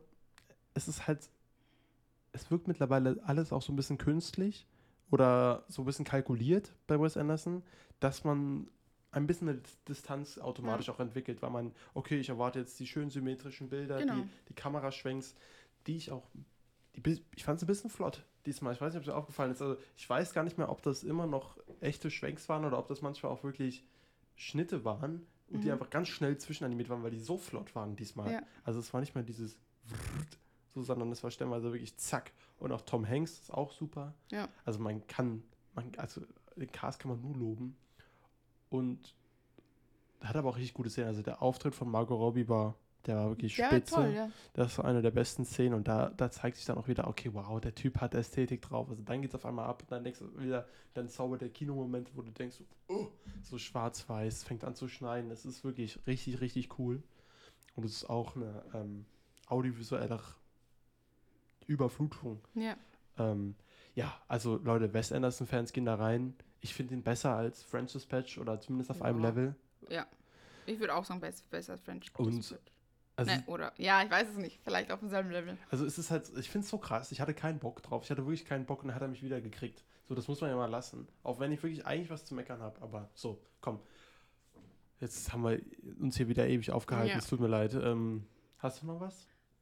es wirkt mittlerweile alles auch so ein bisschen künstlich oder so ein bisschen kalkuliert bei Wes Anderson, dass man ein bisschen eine Distanz automatisch auch entwickelt, weil man, okay, ich erwarte jetzt die schön symmetrischen Bilder, die Kameraschwenks, ich fand es ein bisschen flott diesmal. Ich weiß nicht, ob es dir aufgefallen ist. Also ich weiß gar nicht mehr, ob das immer noch echte Schwenks waren oder ob das manchmal auch wirklich Schnitte waren und die einfach ganz schnell zwischenanimiert waren, weil die so flott waren diesmal. Ja. Also es war nicht mehr dieses so, sondern es war stellenweise wirklich zack. Und auch Tom Hanks ist auch super. Ja. Also also den Cast kann man nur loben. Und hat aber auch richtig gute Szenen. Also der Auftritt von Margot Robbie der war wirklich spitze. Toll, ja. Das war eine der besten Szenen und da zeigt sich dann auch wieder, okay, wow, der Typ hat Ästhetik drauf. Also dann geht es auf einmal ab und dann denkst du wieder, dann zaubert der Kinomoment, wo du denkst, oh, so schwarz-weiß, fängt an zu schneien. Das ist wirklich richtig, richtig cool. Und es ist auch eine audiovisuelle Überflutung. Ja. Also Leute, Wes Anderson-Fans gehen da rein. Ich finde ihn besser als French Dispatch oder zumindest auf einem Level. Ja, ich würde auch sagen, besser als French Dispatch. Also ich weiß es nicht, vielleicht auf demselben Level. Also es ist halt, ich finde es so krass, ich hatte keinen Bock drauf, ich hatte wirklich keinen Bock und dann hat er mich wieder gekriegt. So, das muss man ja mal lassen. Auch wenn ich wirklich eigentlich was zu meckern habe, aber so, komm. Jetzt haben wir uns hier wieder ewig aufgehalten, es tut mir leid. Hast du noch was?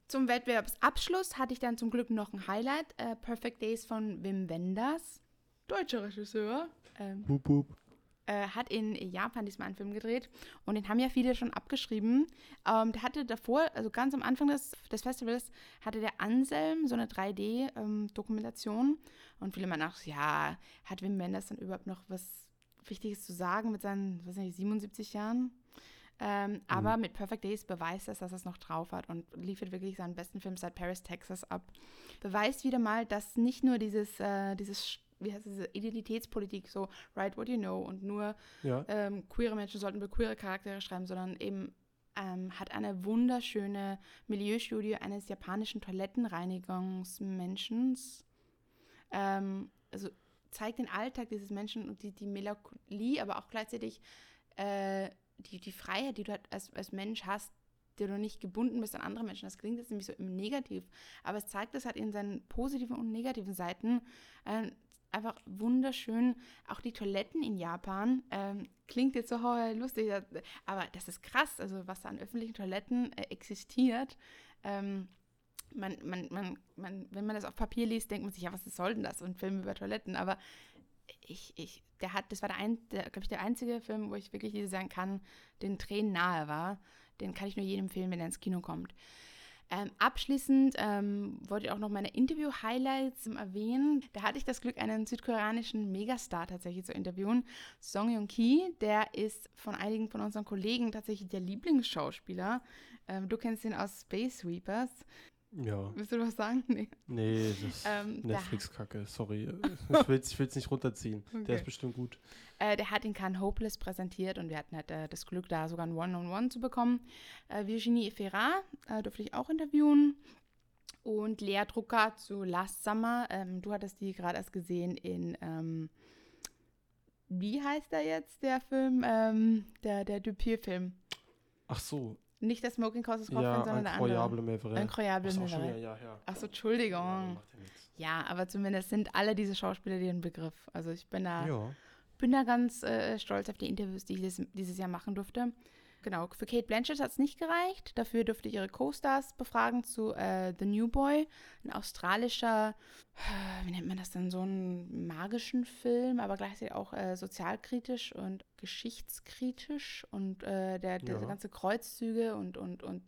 Zum Wettbewerbsabschluss hatte ich dann zum Glück noch ein Highlight. Perfect Days von Wim Wenders, deutscher Regisseur. Boop, boop. Hat in Japan diesmal einen Film gedreht und den haben ja viele schon abgeschrieben. Der hatte davor, also ganz am Anfang des Festivals, hatte der Anselm so eine 3D-Dokumentation und viele meinen auch, ja, hat Wim Wenders dann überhaupt noch was Wichtiges zu sagen mit seinen, was weiß ich, 77 Jahren? Aber mit Perfect Days beweist es, dass er es noch drauf hat und liefert wirklich seinen besten Film seit Paris, Texas ab. Beweist wieder mal, dass nicht nur dieses wie heißt diese Identitätspolitik, so write what you know und nur queere Menschen sollten über queere Charaktere schreiben, sondern eben hat eine wunderschöne Milieustudie eines japanischen Toilettenreinigungsmenschen. Also zeigt den Alltag dieses Menschen und die Melancholie, aber auch gleichzeitig die Freiheit, die du halt als Mensch hast, der du nicht gebunden bist an andere Menschen. Das klingt jetzt nämlich so im Negativ, aber es zeigt es halt in seinen positiven und negativen Seiten einfach wunderschön. Auch die Toiletten in Japan klingt jetzt so lustig, aber das ist krass, also was da an öffentlichen Toiletten existiert. Wenn man das auf Papier liest, denkt man sich, ja, was soll denn das? So ein Film über Toiletten, aber das war glaube ich, der einzige Film, wo ich wirklich sagen kann, den Tränen nahe war. Den kann ich nur jedem empfehlen, wenn er ins Kino kommt. Abschließend wollte ich auch noch meine Interview-Highlights erwähnen. Da hatte ich das Glück, einen südkoreanischen Megastar tatsächlich zu interviewen. Song Joong-ki, der ist von einigen von unseren Kollegen tatsächlich der Lieblingsschauspieler. Du kennst ihn aus Space Sweepers. Ja. Willst du was sagen? Nee, das ist Netflix-Kacke, sorry. Ich will's nicht runterziehen. Okay. Der ist bestimmt gut. Der hat in Cannes Hopeless präsentiert und wir hatten halt das Glück, da sogar ein One-on-One zu bekommen. Virginie Efira durfte ich auch interviewen. Und Lea Drucker zu Last Summer. Du hattest die gerade erst gesehen in, wie heißt der jetzt, der Film? Der Dupieux-Film. Ach so. Nicht der Smoking Causes Coffin, sondern der andere. Incroyable Mevere. Achso, Entschuldigung. Ja, aber zumindest sind alle diese Schauspieler dir ein Begriff. Also ich bin da ganz stolz auf die Interviews, die ich dieses Jahr machen durfte. Genau, für Cate Blanchett hat es nicht gereicht. Dafür durfte ich ihre Co-Stars befragen zu The New Boy, ein australischer, wie nennt man das denn, so einen magischen Film, aber gleichzeitig auch sozialkritisch und geschichtskritisch und der ganze Kreuzzüge und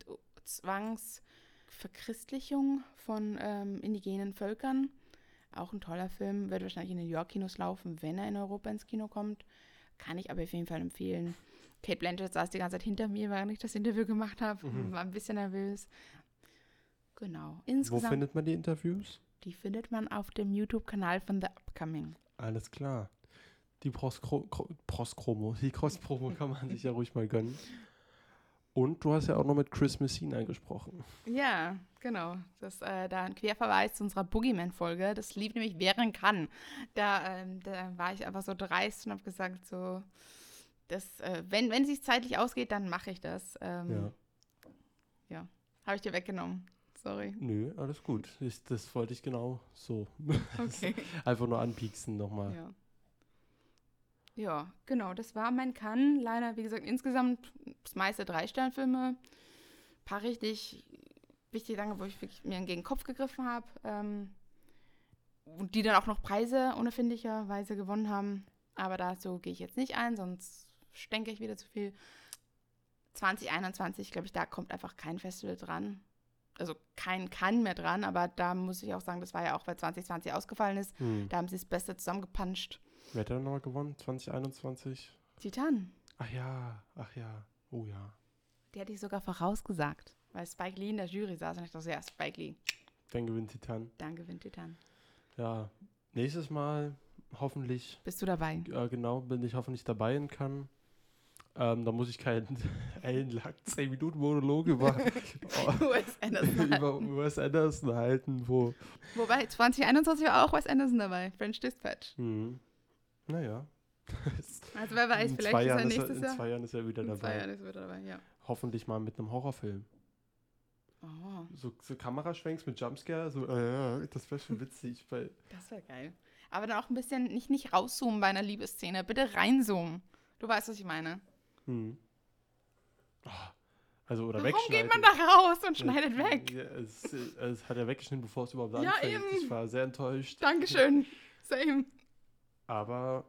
Zwangsverchristlichung von indigenen Völkern. Auch ein toller Film, wird wahrscheinlich in den New York Kinos laufen, wenn er in Europa ins Kino kommt. Kann ich aber auf jeden Fall empfehlen. Cate Blanchett saß die ganze Zeit hinter mir, während ich das Interview gemacht habe. War ein bisschen nervös. Genau. Wo findet man die Interviews? Die findet man auf dem YouTube-Kanal von The Upcoming. Alles klar. Die Cross-Promo kann man sich ja ruhig mal gönnen. Und du hast ja auch noch mit Chris Messina gesprochen. Ja, genau. Das da ein Querverweis zu unserer Boogeyman-Folge. Das lief nämlich während Cannes. Da war ich einfach so dreist und habe gesagt, so, wenn es sich zeitlich ausgeht, dann mache ich das. Ja, habe ich dir weggenommen. Sorry. Nö, alles gut. Das wollte ich genau so. Okay. Einfach nur anpieksen nochmal. Ja, genau. Das war mein Cannes. Leider, wie gesagt, insgesamt das meiste 3-Sternfilme. Ein paar richtig wichtige Dinge, wo ich wirklich mir gegen den Kopf gegriffen habe. Und die dann auch noch Preise unerfindlicherweise gewonnen haben. Aber dazu gehe ich jetzt nicht ein, sonst denke ich wieder zu viel. 2021, glaube ich, da kommt einfach kein Festival dran. Also kein Cannes mehr dran, aber da muss ich auch sagen, das war ja auch, weil 2020 ausgefallen ist. Da haben sie das Beste zusammengepanscht. Wer hat denn nochmal gewonnen? 2021? Titan. Ach ja. Oh ja. Die hätte ich sogar vorausgesagt, weil Spike Lee in der Jury saß und ich dachte so, ja, Spike Lee. Dann gewinnt Titan. Ja, nächstes Mal hoffentlich. Bist du dabei? Genau, bin ich hoffentlich dabei in Cannes. Da muss ich keinen ellenlangen 10-Minuten-Monolog über Wes Anderson halten. Wobei 2021 war auch Wes Anderson dabei, French Dispatch. Naja. Also wer weiß, vielleicht ist er nächstes Jahr. In 2 Jahren ist er wieder dabei. In 2 Jahren ist er wieder dabei, ja. Hoffentlich mal mit einem Horrorfilm. Oh. So Kameraschwenks mit Jumpscare, das wäre schon witzig. Das wäre geil. Aber dann auch ein bisschen nicht rauszoomen bei einer Liebesszene, bitte reinzoomen. Du weißt, was ich meine. Also, oder Warum wegschneiden. geht man da raus und schneidet weg? Ja, es hat er weggeschnitten, bevor es überhaupt Ja, anfängt. eben. Ich war sehr enttäuscht. Dankeschön. Same. Aber,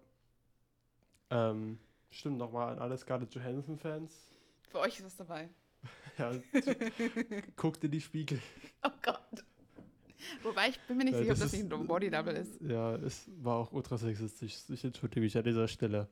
stimmt nochmal an alle Scarlett Johansson-Fans. Für euch ist was dabei. Ja, guckt in die Spiegel. Oh Gott. Wobei, ich bin mir nicht sicher, ob das nicht ein Body Double ist. Ja, es war auch ultra sexistisch. Ich entschuldige mich an dieser Stelle.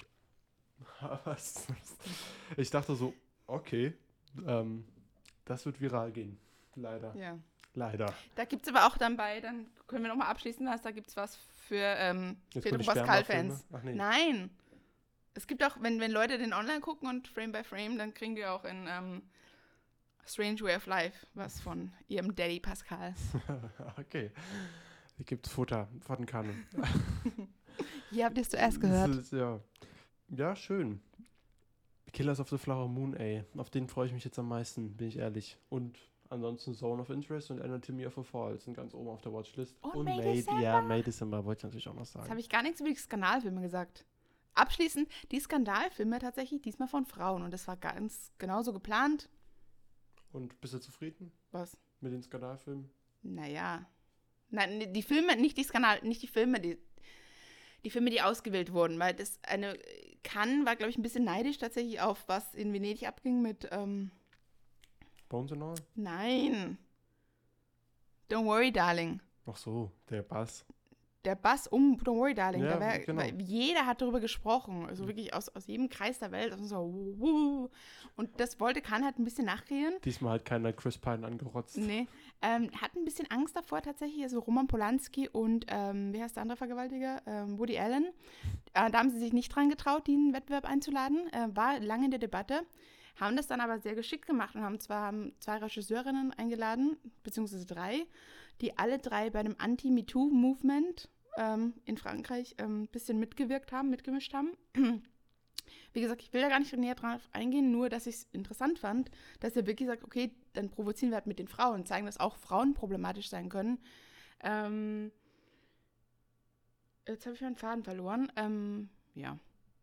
Ich dachte so, okay, das wird viral gehen. Leider. Ja. Leider. Da gibt es aber auch dann dann können wir nochmal abschließen, da gibt es was für Pedro Pascal-Fans. Ach nee. Nein. Es gibt auch, wenn Leute den online gucken und Frame by Frame, dann kriegen die auch in Strange Way of Life was von ihrem Daddy Pascal. Okay. Hier gibt's Futter von Kanon. Hier habt ihr es zuerst gehört. Ja, schön. Killers of the Flower Moon, ey. Auf den freue ich mich jetzt am meisten, bin ich ehrlich. Und ansonsten Zone of Interest und Anatomy of a Fall sind ganz oben auf der Watchlist. Und May December. Ja, May December wollte ich natürlich auch noch sagen. Jetzt habe ich gar nichts über die Skandalfilme gesagt. Abschließend, die Skandalfilme tatsächlich diesmal von Frauen. Und das war ganz genauso geplant. Und bist du zufrieden? Was? Mit den Skandalfilmen? Naja. Nein, die Filme, nicht die Filme, die Filme, die ausgewählt wurden. Weil das Cannes war, glaube ich, ein bisschen neidisch tatsächlich auf, was in Venedig abging mit Bones and All? Nein. Don't Worry, Darling. Ach so, der Bass. Der Bass um Don't Worry, Darling. Ja, genau. Weil jeder hat darüber gesprochen. Also wirklich aus jedem Kreis der Welt. Also so, wuhu. Und das wollte Cannes halt ein bisschen nachkreieren. Diesmal hat keiner Chris Pine angerotzt. Nee. Hat ein bisschen Angst davor tatsächlich. Also Roman Polanski und, wie heißt der andere Vergewaltiger? Woody Allen. Da haben sie sich nicht dran getraut, den Wettbewerb einzuladen. War lange in der Debatte. Haben das dann aber sehr geschickt gemacht und haben zwei Regisseurinnen eingeladen, beziehungsweise 3, die alle 3 bei einem Anti-MeToo-Movement in Frankreich ein bisschen mitgemischt haben. Wie gesagt, ich will da gar nicht näher drauf eingehen, nur, dass ich es interessant fand, dass er wirklich sagt, okay, dann provozieren wir halt mit den Frauen, zeigen, dass auch Frauen problematisch sein können. Jetzt habe ich meinen Faden verloren. Ja.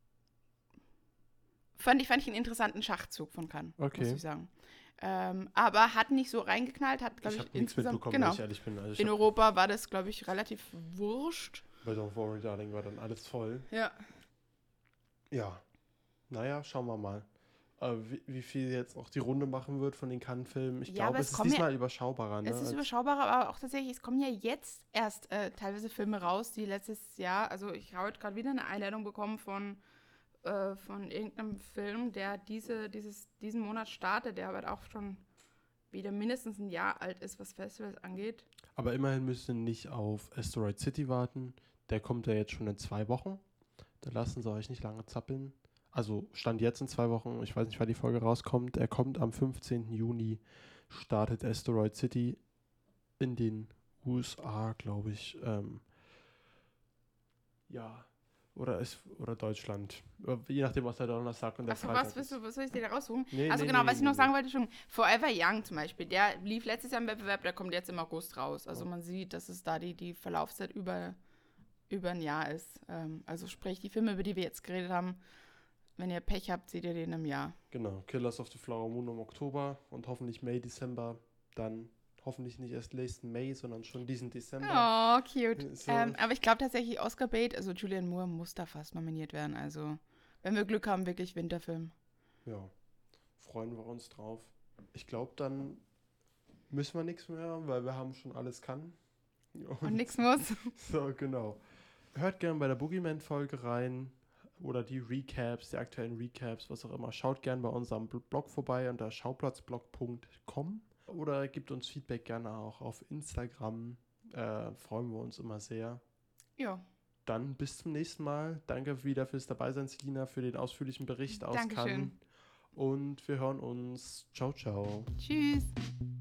Fand ich einen interessanten Schachzug von Cannes, muss ich sagen. Aber hat nicht so reingeknallt, hat, glaube ich, nichts mitbekommen, genau. wenn ich ehrlich bin. Also in Europa war das, glaube ich, relativ wurscht. Bei Don't Worry, Darling war dann alles voll. Ja. Ja. Naja, schauen wir mal. Wie viel jetzt auch die Runde machen wird von den Cannes-Filmen. Ich glaube, es ist diesmal überschaubarer. Ne? Es ist überschaubarer, aber auch tatsächlich, es kommen ja jetzt erst teilweise Filme raus, die letztes Jahr, also ich habe heute gerade wieder eine Einladung bekommen von irgendeinem Film, der diesen Monat startet, der aber auch schon wieder mindestens ein Jahr alt ist, was Festivals angeht. Aber immerhin müsst ihr nicht auf Asteroid City warten. Der kommt ja jetzt schon in 2 Wochen. Da lassen sie euch nicht lange zappeln. Also stand jetzt in 2 Wochen. Ich weiß nicht, wann die Folge rauskommt. Er kommt am 15. Juni. Startet Asteroid City in den USA, glaube ich. Ja. Oder Deutschland. Je nachdem, was der Donnerstag und der Freitag ist. Was soll ich dir da raussuchen? Was ich noch sagen wollte, schon Forever Young zum Beispiel, der lief letztes Jahr im Wettbewerb, der kommt jetzt im August raus. Also man sieht, dass es da die Verlaufzeit über ein Jahr ist. Also sprich, die Filme, über die wir jetzt geredet haben, wenn ihr Pech habt, seht ihr den im Jahr. Genau, Killers of the Flower Moon im Oktober und hoffentlich May, Dezember, dann hoffentlich nicht erst nächsten Mai, sondern schon diesen Dezember. Oh, cute. So. Aber ich glaube tatsächlich, Oscar Bate, also Julianne Moore, muss da fast nominiert werden. Also, wenn wir Glück haben, wirklich Winterfilm. Ja, freuen wir uns drauf. Ich glaube, dann müssen wir nichts mehr, weil wir haben schon alles kann. Und nichts muss. So, genau. Hört gerne bei der Boogeyman-Folge rein oder die Recaps, die aktuellen Recaps, was auch immer. Schaut gerne bei unserem Blog vorbei unter schauplatzblog.com. Oder gebt uns Feedback gerne auch auf Instagram. Freuen wir uns immer sehr. Ja. Dann bis zum nächsten Mal. Danke wieder fürs Dabeisein, Selina, für den ausführlichen Bericht aus Cannes. Und wir hören uns. Ciao, ciao. Tschüss.